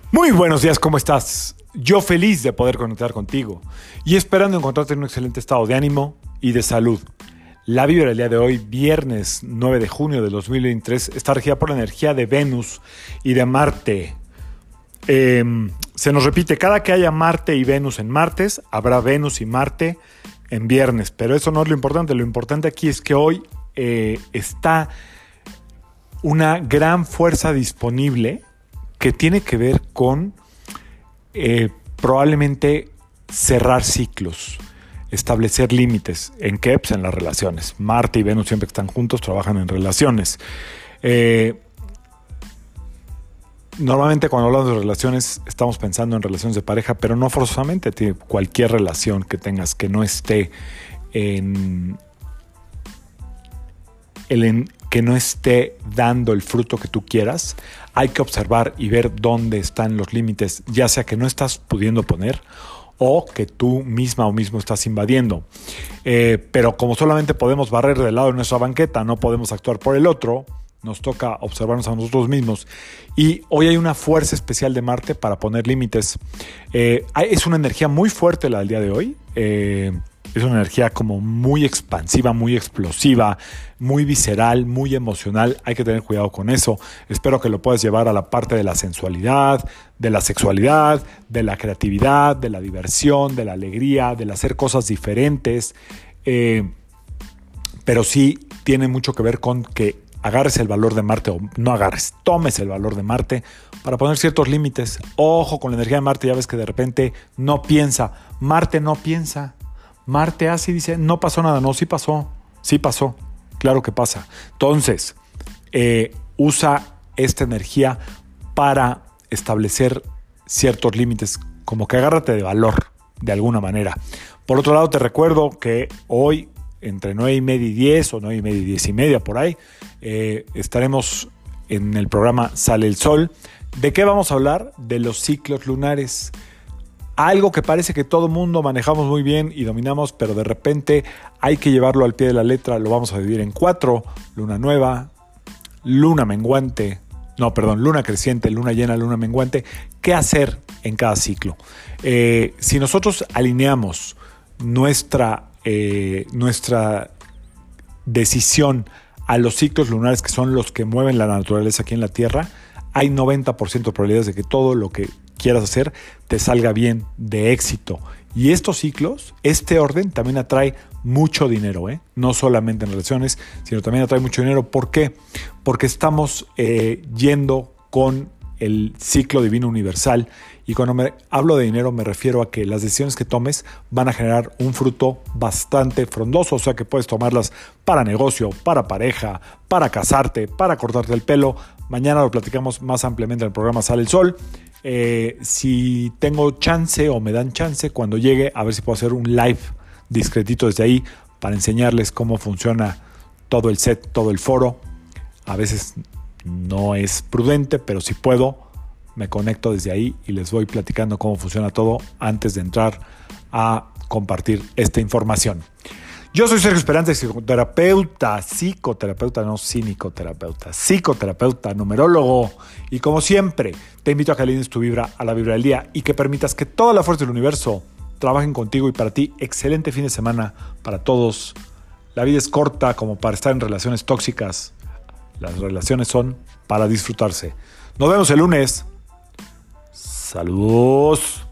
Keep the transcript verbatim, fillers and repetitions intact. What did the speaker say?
Muy buenos días, ¿cómo estás? Yo feliz de poder conectar contigo y esperando encontrarte en un excelente estado de ánimo y de salud. La vibra del día de hoy, viernes nueve de junio de dos mil veintitrés, está regida por la energía de Venus y de Marte. Eh, se nos repite, cada que haya Marte y Venus en martes, habrá Venus y Marte en viernes, pero eso no es lo importante. Lo importante aquí es que hoy eh, está una gran fuerza disponible que tiene que ver con eh, probablemente cerrar ciclos, establecer límites. ¿En qué? Pues en las relaciones. Marte y Venus siempre que están juntos trabajan en relaciones. Eh, normalmente cuando hablamos de relaciones estamos pensando en relaciones de pareja, pero no forzosamente. Cualquier relación que tengas que no esté en el en que no esté dando el fruto que tú quieras, hay que observar y ver dónde están los límites, ya sea que no estás pudiendo poner o que tú misma o mismo estás invadiendo. Eh, pero como solamente podemos barrer del lado de nuestra banqueta, no podemos actuar por el otro, nos toca observarnos a nosotros mismos. Y hoy hay una fuerza especial de Marte para poner límites. Eh, es una energía muy fuerte la del día de hoy. Eh, Es una energía como muy expansiva, muy explosiva, muy visceral, muy emocional. Hay que tener cuidado con eso. Espero que lo puedas llevar a la parte de la sensualidad, de la sexualidad, de la creatividad, de la diversión, de la alegría, del hacer cosas diferentes. Eh, pero sí tiene mucho que ver con que agarres el valor de Marte o no agarres, tomes el valor de Marte para poner ciertos límites. Ojo con la energía de Marte, ya ves que de repente no piensa. Marte no piensa. Marte hace y dice, no pasó nada. No, sí pasó, sí pasó, claro que pasa. Entonces, eh, usa esta energía para establecer ciertos límites, como que agárrate de valor, de alguna manera. Por otro lado, te recuerdo que hoy, entre nueve y media y diez, o nueve y media y diez y media, por ahí, eh, estaremos en el programa Sale el Sol. ¿De qué vamos a hablar? De los ciclos lunares. Algo que parece que todo mundo manejamos muy bien y dominamos, pero de repente hay que llevarlo al pie de la letra. Lo vamos a dividir en cuatro: luna nueva, luna menguante, no, perdón, luna creciente, luna llena, luna menguante. ¿Qué hacer en cada ciclo? Eh, si nosotros alineamos nuestra, eh, nuestra decisión a los ciclos lunares, que son los que mueven la naturaleza aquí en la Tierra, hay noventa por ciento de probabilidades de que todo lo que quieras hacer te salga bien, de éxito. Y estos ciclos, este orden también atrae mucho dinero, ¿eh? No solamente en relaciones, sino también atrae mucho dinero. ¿Por qué? Porque estamos eh, yendo con el ciclo divino universal. Y cuando me hablo de dinero me refiero a que las decisiones que tomes van a generar un fruto bastante frondoso. O sea que puedes tomarlas para negocio, para pareja, para casarte, para cortarte el pelo. Mañana lo platicamos más ampliamente en el programa Sale el Sol. Eh, si tengo chance o me dan chance, cuando llegue, a ver si puedo hacer un live discretito desde ahí para enseñarles cómo funciona todo el set, todo el foro. A veces no es prudente, pero si puedo, me conecto desde ahí y les voy platicando cómo funciona todo antes de entrar a compartir esta información. Yo soy Sergio Esperanza, psicoterapeuta, psicoterapeuta, no cínico-terapeuta, psicoterapeuta, numerólogo. Y como siempre, te invito a que alines tu vibra a la vibra del día y que permitas que toda la fuerza del universo trabajen contigo y para ti. Excelente fin de semana para todos. La vida es corta como para estar en relaciones tóxicas. Las relaciones son para disfrutarse. Nos vemos el lunes. Saludos.